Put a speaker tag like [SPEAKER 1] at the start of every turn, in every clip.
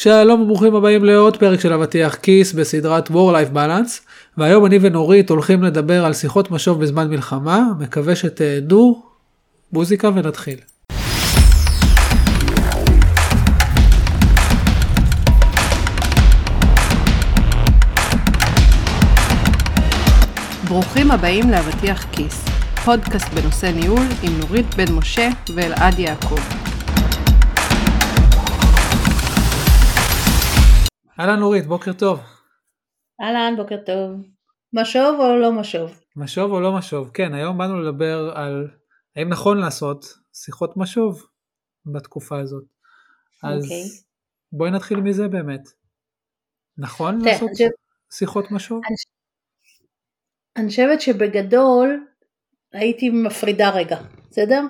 [SPEAKER 1] שלום וברוכים הבאים לעוד פרק של אבטיח כיס בסדרת War-Life Balance, והיום אני ונורית הולכים לדבר על שיחות משוב בזמן מלחמה, מקווה שתהנו, מוזיקה ונתחיל.
[SPEAKER 2] ברוכים הבאים לאבטיח כיס, פודקאסט בנושא ניהול עם נורית בן משה ואלעד יעקב.
[SPEAKER 1] אהלן נורית, בוקר טוב.
[SPEAKER 3] אהלן, בוקר טוב. משוב או לא משוב?
[SPEAKER 1] משוב או לא משוב, כן, היום באנו לדבר על האם נכון לעשות שיחות משוב בתקופה הזאת. אז בואי נתחיל מזה באמת. נכון לעשות שיחות משוב?
[SPEAKER 3] אני חושבת שבגדול הייתי מפרידה רגע, בסדר?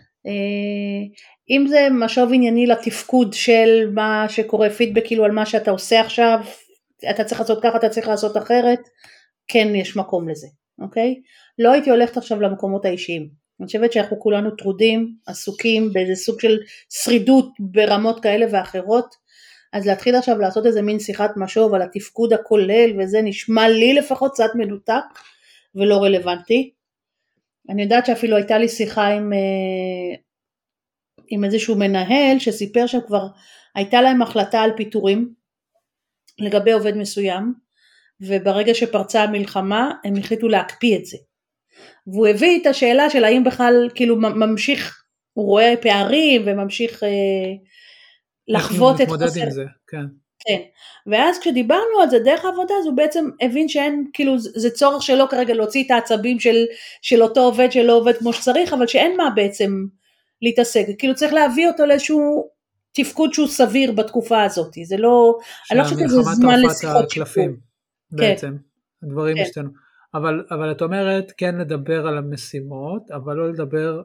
[SPEAKER 3] אם זה משוב ענייני לתפקוד של מה שקורה, פידבק כאילו על מה שאתה עושה עכשיו, אתה צריך לעשות ככה, אתה צריך לעשות אחרת, כן יש מקום לזה, אוקיי? לא הייתי הולכת עכשיו למקומות האישיים, אני חושבת שאנחנו כולנו טרודים, עסוקים באיזה סוג של שרידות ברמות כאלה ואחרות, אז להתחיל עכשיו לעשות איזה מין שיחת משוב על התפקוד הכולל, וזה נשמע לי לפחות קצת מדותק ולא רלוונטי. אני יודעת שאפילו הייתה לי שיחה עם איזשהו מנהל שסיפר שכבר הייתה להם החלטה על פיטורים לגבי עובד מסוים, וברגע שפרצה המלחמה הם החליטו להקפיא את זה. והוא הביא את השאלה של האם בכלל כאילו ממשיך, הוא רואה פערים וממשיך לחוות את חוסר.
[SPEAKER 1] עם זה, כן.
[SPEAKER 3] כן, ואז כשדיברנו על זה דרך העבודה, אז הוא בעצם הבין שאין, כאילו זה צורך שלו כרגע להוציא את העצבים של אותו עובד שלא עובד כמו שצריך, אבל שאין מה בעצם להתעסק, כאילו צריך להביא אותו לאיזשהו תפקוד שהוא סביר בתקופה הזאת, זה לא, אני לא חושבת שזה זמן לשיחות
[SPEAKER 1] שיפור. בעצם, כן. הדברים השתנו. אבל את אומרת כן לדבר על המשימות, אבל לא לדבר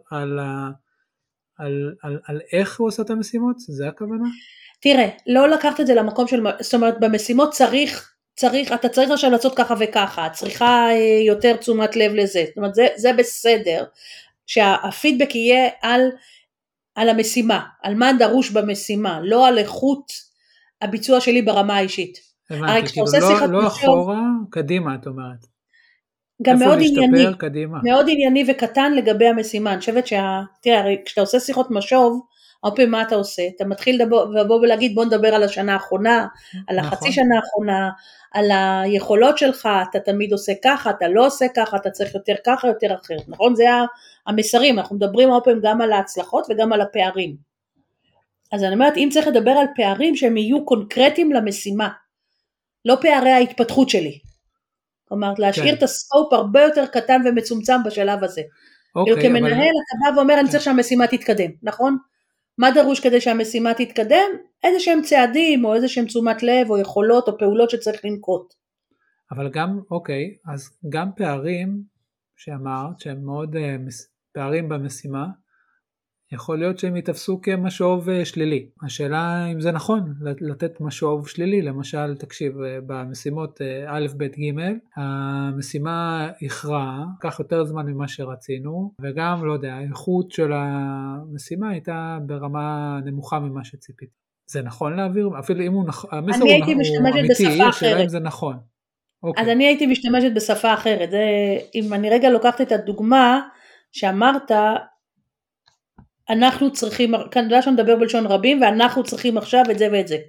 [SPEAKER 1] על איך הוא עושה את המשימות, זה הכוונה?
[SPEAKER 3] תראה, לא לקחת את זה למקום של, זאת אומרת, במשימות אתה צריך עכשיו לעשות ככה וככה, צריכה יותר תשומת לב לזה, זאת אומרת, זה בסדר, שהפידבק יהיה על המשימה, על מה דרוש במשימה, לא על איכות הביצוע שלי ברמה האישית.
[SPEAKER 1] הבנתי, כאילו לא אחורה, קדימה את אומרת.
[SPEAKER 3] גם מאוד ענייני וקטן לגבי המשימה, אני חושבת תראה, כשאתה עושה שיחות משוב, הרבה פעמים מה אתה עושה? אתה מתחיל לבוא ולהגיד בוא נדבר על השנה האחרונה, על החצי שנה האחרונה, על היכולות שלך, אתה תמיד עושה ככה, אתה לא עושה ככה, אתה צריך יותר ככה, יותר אחרת, נכון? זה המסרים, אנחנו מדברים הרבה פעמים גם על ההצלחות וגם על הפערים. אז אני אומרת, אם צריך לדבר על פערים שהם יהיו קונקרטיים למשימה, לא פערי ההתפתחות שלי. כלומר, להשאיר את הסקופ הרבה יותר קטן ומצומצם בשלב הזה. כמנהל אתה בא ואומר, אני צריך שהמשימה תתקדם, נכון? מה דרוש כדי שהמשימה תתקדם? איזה שהם צעדים, או איזה שהם תשומת לב, או יכולות, או פעולות שצריך לנקוט.
[SPEAKER 1] אבל גם, אז גם פערים שאמרת, שהם מאוד פערים במשימה, יכול להיות שהם יתפסו כמשוב שלילי. השאלה אם זה נכון, לתת משוב שלילי, למשל, תקשיב, במשימות א', ב', ג', המשימה הכרעה, כך יותר זמן ממה שרצינו, וגם, לא יודע, האיכות של המשימה הייתה ברמה נמוכה ממה שציפית. זה נכון להעביר? אפילו אם המסר הוא אמיתי, השאלה אם זה נכון.
[SPEAKER 3] אז אני הייתי משתמשת בשפה אחרת. אם אני רגע לוקחת את הדוגמה שאמרת, אנחנו צריכים, כאן יודע שאני מדבר בלשון רבים, ואנחנו צריכים עכשיו את זה ואת זה.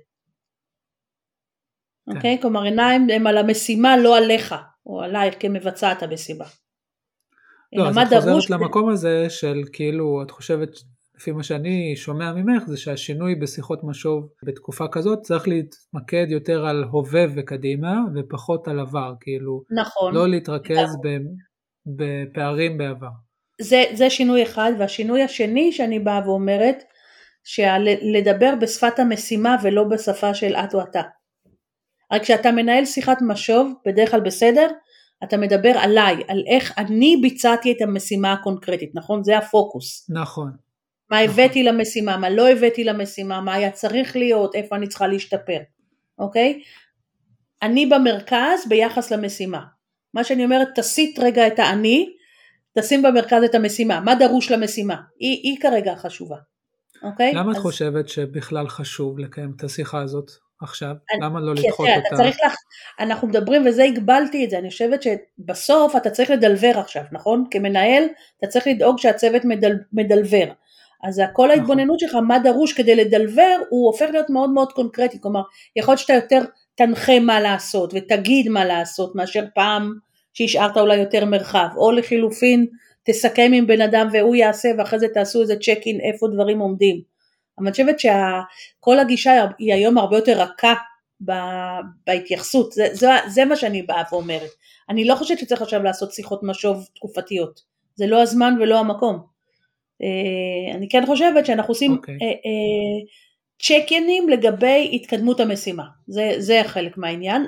[SPEAKER 3] אוקיי? כלומר, עיניים הם על המשימה, לא עליך, או עלייך כמבצעת המשימה.
[SPEAKER 1] לא, אז את חוזרת למקום הזה של כאילו, את חושבת, לפי מה שאני שומע ממך, זה שהשינוי בשיחות משוב בתקופה כזאת, צריך להתמקד יותר על הווה וקדימה, ופחות על עבר, כאילו,
[SPEAKER 3] נכון.
[SPEAKER 1] לא להתרכז בפערים בעבר.
[SPEAKER 3] זה שינוי אחד, והשינוי השני שאני באה ואומרת, שלדבר בשפת המשימה ולא בשפה של את או אתה. רק כשאתה מנהל שיחת משוב, בדרך כלל בסדר, אתה מדבר עליי, על איך אני ביצעתי את המשימה הקונקרטית, נכון? זה הפוקוס.
[SPEAKER 1] נכון.
[SPEAKER 3] מה הבאתי למשימה, מה לא הבאתי למשימה, מה היה צריך להיות, איפה אני צריכה להשתפר, אוקיי? אני במרכז ביחס למשימה. מה שאני אומרת, תסיט רגע את האני, תשים במרכז את המשימה, מה דרוש למשימה, היא כרגע חשובה, אוקיי?
[SPEAKER 1] למה את חושבת שבכלל חשוב לקיים את השיחה הזאת? עכשיו? למה לא לדחות אותה?
[SPEAKER 3] אנחנו מדברים, וזה הגבלתי את זה, אני חושבת שבסוף אתה צריך לדלבר עכשיו, נכון? כמנהל, אתה צריך לדאוג שהצוות מדלבר. אז כל ההתבוננות שלך, מה דרוש כדי לדלבר, הוא הופך להיות מאוד מאוד קונקרטי, כלומר, יכול להיות שאתה יותר תנחה מה לעשות, ותגיד מה לעשות, מאשר פעם שהשארת אולי יותר מרחב, או לחילופין, תסכם עם בן אדם והוא יעשה, ואחרי זה תעשו איזה צ'ק אין איפה דברים עומדים. אבל אני חושבת שכל הגישה היא היום הרבה יותר רכה בהתייחסות, זה מה שאני באה ואומרת. אני לא חושבת שצריך עכשיו לעשות שיחות משוב תקופתיות, זה לא הזמן ולא המקום. אני כן חושבת שאנחנו עושים צ'ק-אינים לגבי התקדמות המשימה, זה חלק מהעניין.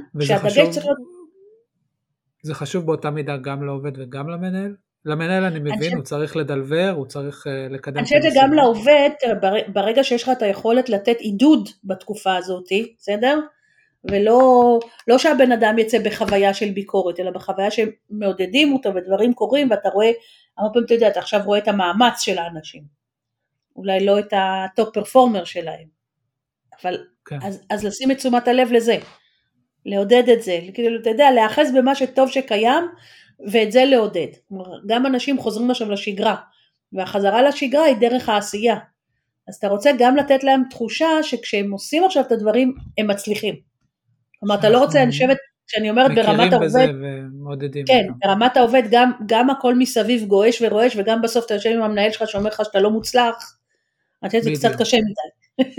[SPEAKER 1] זה חשוב באותה מידה גם לעובד וגם למנהל? למנהל אני מבין, הוא צריך לדלבר, הוא צריך לקדם.
[SPEAKER 3] אני חושבת שגם לעובד, ברגע שיש לך את היכולת לתת עידוד בתקופה הזאת, בסדר? ולא שהבן אדם יצא בחוויה של ביקורת, אלא בחוויה שמעודדים אותו ודברים קורים, ואתה רואה, הרבה פעמים אתה יודע, אתה עכשיו רואה את המאמץ של האנשים, אולי לא את הטופ פרפורמר שלהם, אבל אז לשים את תשומת הלב לזה, לעודד את זה, כאילו אתה יודע, להאחז במה שטוב שקיים, ואת זה לעודד. גם אנשים חוזרים עכשיו לשגרה, והחזרה לשגרה היא דרך העשייה. אז אתה רוצה גם לתת להם תחושה שכשהם עושים עכשיו את הדברים, הם מצליחים. כלומר, אתה לא רוצה, אני חושבת, כשאני אומרת ברמת העובד, כן, ברמת העובד, גם הכל מסביב גואש ורועש, וגם בסוף אתה יושב עם המנהל שלך שאומר לך שאתה לא מוצלח, אני חושבת שזה קצת קשה מדי.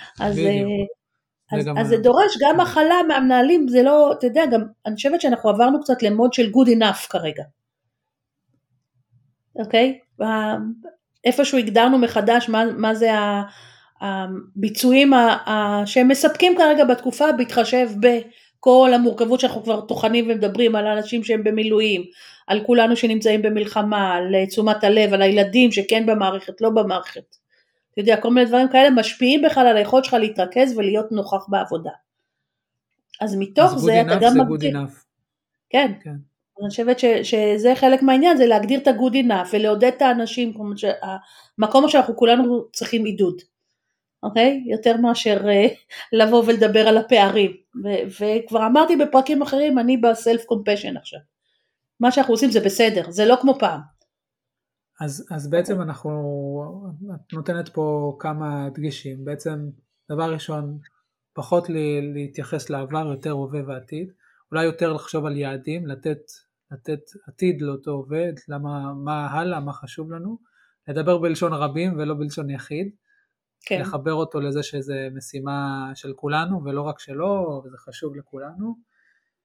[SPEAKER 3] אז זה דורש גם הכלה מהמנהלים, זה לא, אתה יודע, גם אני חושבת שאנחנו עברנו קצת למוד של good enough כרגע. אוקיי? איפשהו הגדרנו מחדש מה זה הביצועים שהם מספקים כרגע בתקופה, בהתחשב בכל המורכבות שאנחנו כבר תוכנים ומדברים על האנשים שהם במילואים, על כולנו שנמצאים במלחמה, על תשומת הלב, על הילדים שכן במערכת, לא במערכת. אתה יודע, כל מיני דברים כאלה משפיעים בכלל על היכולת שלך להתרכז ולהיות נוכח בעבודה. אז מתוך זה אתה גם מגדיר. כן. אני חושבת שזה חלק מהעניין, זה להגדיר את ה-good enough ולעודד את האנשים, המקום שאנחנו כולנו צריכים עידוד. אוקיי? יותר מאשר לבוא ולדבר על הפערים. וכבר אמרתי בפרקים אחרים, אני ב-self compassion עכשיו. מה שאנחנו עושים זה בסדר, זה לא כמו פעם.
[SPEAKER 1] אז בעצם את נותנת פה כמה דגשים, בעצם דבר ראשון, פחות להתייחס לעבר, יותר הווה ועתיד, אולי יותר לחשוב על יעדים, לתת עתיד לאותו עובד, מה הלאה, מה חשוב לנו, לדבר בלשון רבים ולא בלשון יחיד, כן. לחבר אותו לזה שזה משימה של כולנו ולא רק שלו, וזה חשוב לכולנו,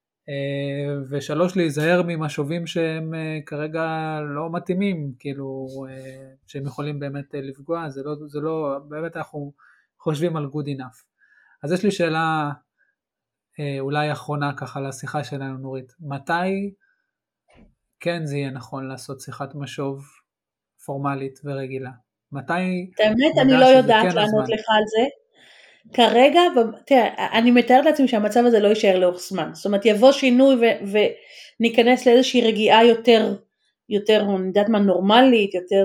[SPEAKER 1] ושלוש, להיזהר ממשובים שהם כרגע לא מתאימים, כאילו שהם יכולים באמת לפגוע, זה לא, באמת אנחנו חושבים על good enough. אז יש לי שאלה אולי אחרונה ככה לשיחה שלנו נורית, מתי כן זה יהיה נכון לעשות שיחת משוב פורמלית ורגילה? מתי?
[SPEAKER 3] באמת אני לא יודעת לענות לך על זה. כרגע, תראה, אני מתארת לעצמי שהמצב הזה לא יישאר לאורך זמן, זאת אומרת יבוא שינוי וניכנס לאיזושהי רגיעה יותר, אני יודעת מה, נורמלית, יותר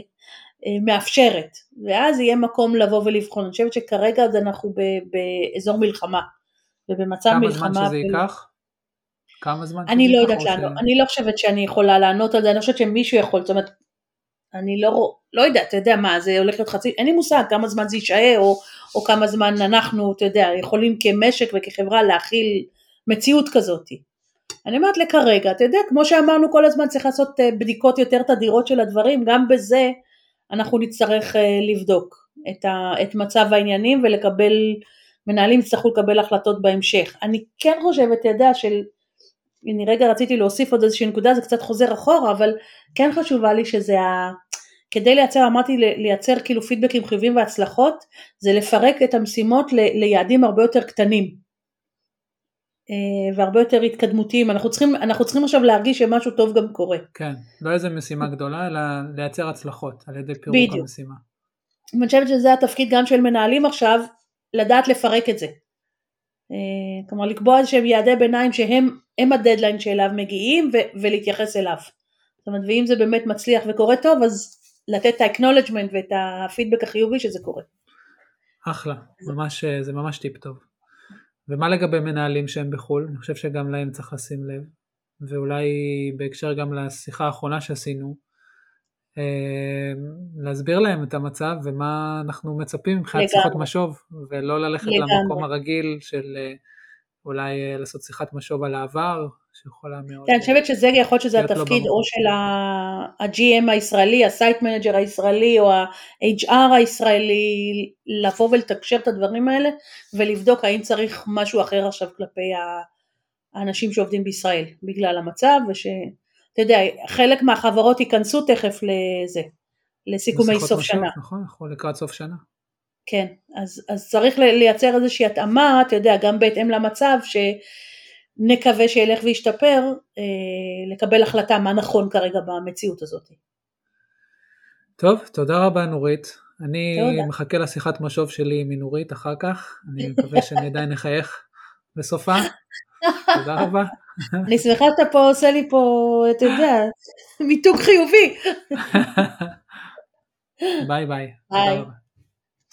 [SPEAKER 3] מאפשרת, ואז יהיה מקום לבוא ולבחון. אני חושבת שכרגע אנחנו באזור מלחמה, ובמצב מלחמה.
[SPEAKER 1] כמה זמן שזה ייקח? כמה זמן?
[SPEAKER 3] אני לא יודעת לענות, אני לא חושבת שאני יכולה לענות על זה, אני חושבת שמישהו יכול, זאת אומרת, אני לא יודעת, אתה יודע מה, זה הולך להיות אין לי מושג כמה זמן זה יישאר, או כמה זמן אנחנו, אתה יודע, יכולים כמשק וכחברה להכיל מציאות כזאת. אני אומרת לכרגע, אתה יודע, כמו שאמרנו כל הזמן, צריך לעשות בדיקות יותר תדירות של הדברים, גם בזה אנחנו נצטרך לבדוק את מצב העניינים, ולקבל, מנהלים יצטרכו לקבל החלטות בהמשך. אני כן חושבת, אתה יודע, אני רגע רציתי להוסיף עוד איזושהי נקודה, זה קצת חוזר אחורה, אבל כן חשובה לי שזה כדי לייצר, אמרתי לייצר כאילו פידבקים חיוביים והצלחות, זה לפרק את המשימות ליעדים הרבה יותר קטנים, והרבה יותר התקדמותיים. אנחנו צריכים עכשיו להרגיש שמשהו טוב גם קורה.
[SPEAKER 1] כן, לא איזה משימה גדולה, אלא לייצר הצלחות על ידי פירוק בדיוק. המשימה.
[SPEAKER 3] אני חושבת שזה התפקיד גם של מנהלים עכשיו, לדעת לפרק את זה. כלומר לקבוע איזשהם יעדי ביניים שהם הדדליין שאליו מגיעים ולהתייחס אליו. זאת אומרת, ואם זה באמת מצליח וקורה טוב, אז לתת את ה-acknowledgement ואת הפידבק החיובי שזה קורה.
[SPEAKER 1] אחלה, זה ממש טיפ טוב. ומה לגבי מנהלים שהם בחול? אני חושב שגם להם צריך לשים לב, ואולי בהקשר גם לשיחה האחרונה שעשינו, להסביר להם את המצב ומה אנחנו מצפים מבחינת שיחות משוב, ולא ללכת למקום הרגיל של אולי לעשות שיחת משוב על העבר, שיכולה מאוד...
[SPEAKER 3] אני חושבת שזה יכול להיות שזה התפקיד או של ה-GM הישראלי, ה-Site Manager הישראלי, או ה-HR הישראלי, לבוא ולתקשר את הדברים האלה, ולבדוק האם צריך משהו אחר עכשיו כלפי האנשים שעובדים בישראל, בגלל המצב, אתה יודע, חלק מהחברות ייכנסו תכף לסיכומי סוף שנה.
[SPEAKER 1] נכון, יכול לקראת סוף שנה.
[SPEAKER 3] כן, אז צריך לייצר איזושהי התאמה, אתה יודע, גם בהתאם למצב שנקווה שילך וישתפר, לקבל החלטה מה נכון כרגע במציאות הזאת.
[SPEAKER 1] טוב, תודה רבה נורית. אני מחכה לשיחת משוב שלי מנורית אחר כך, אני מקווה שאני עדיין נחייך בסופה. תודה רבה.
[SPEAKER 3] אני שמחה שאתה פה עושה לי פה, אתה יודע, מיתוג חיובי.
[SPEAKER 1] ביי ביי.
[SPEAKER 3] ביי.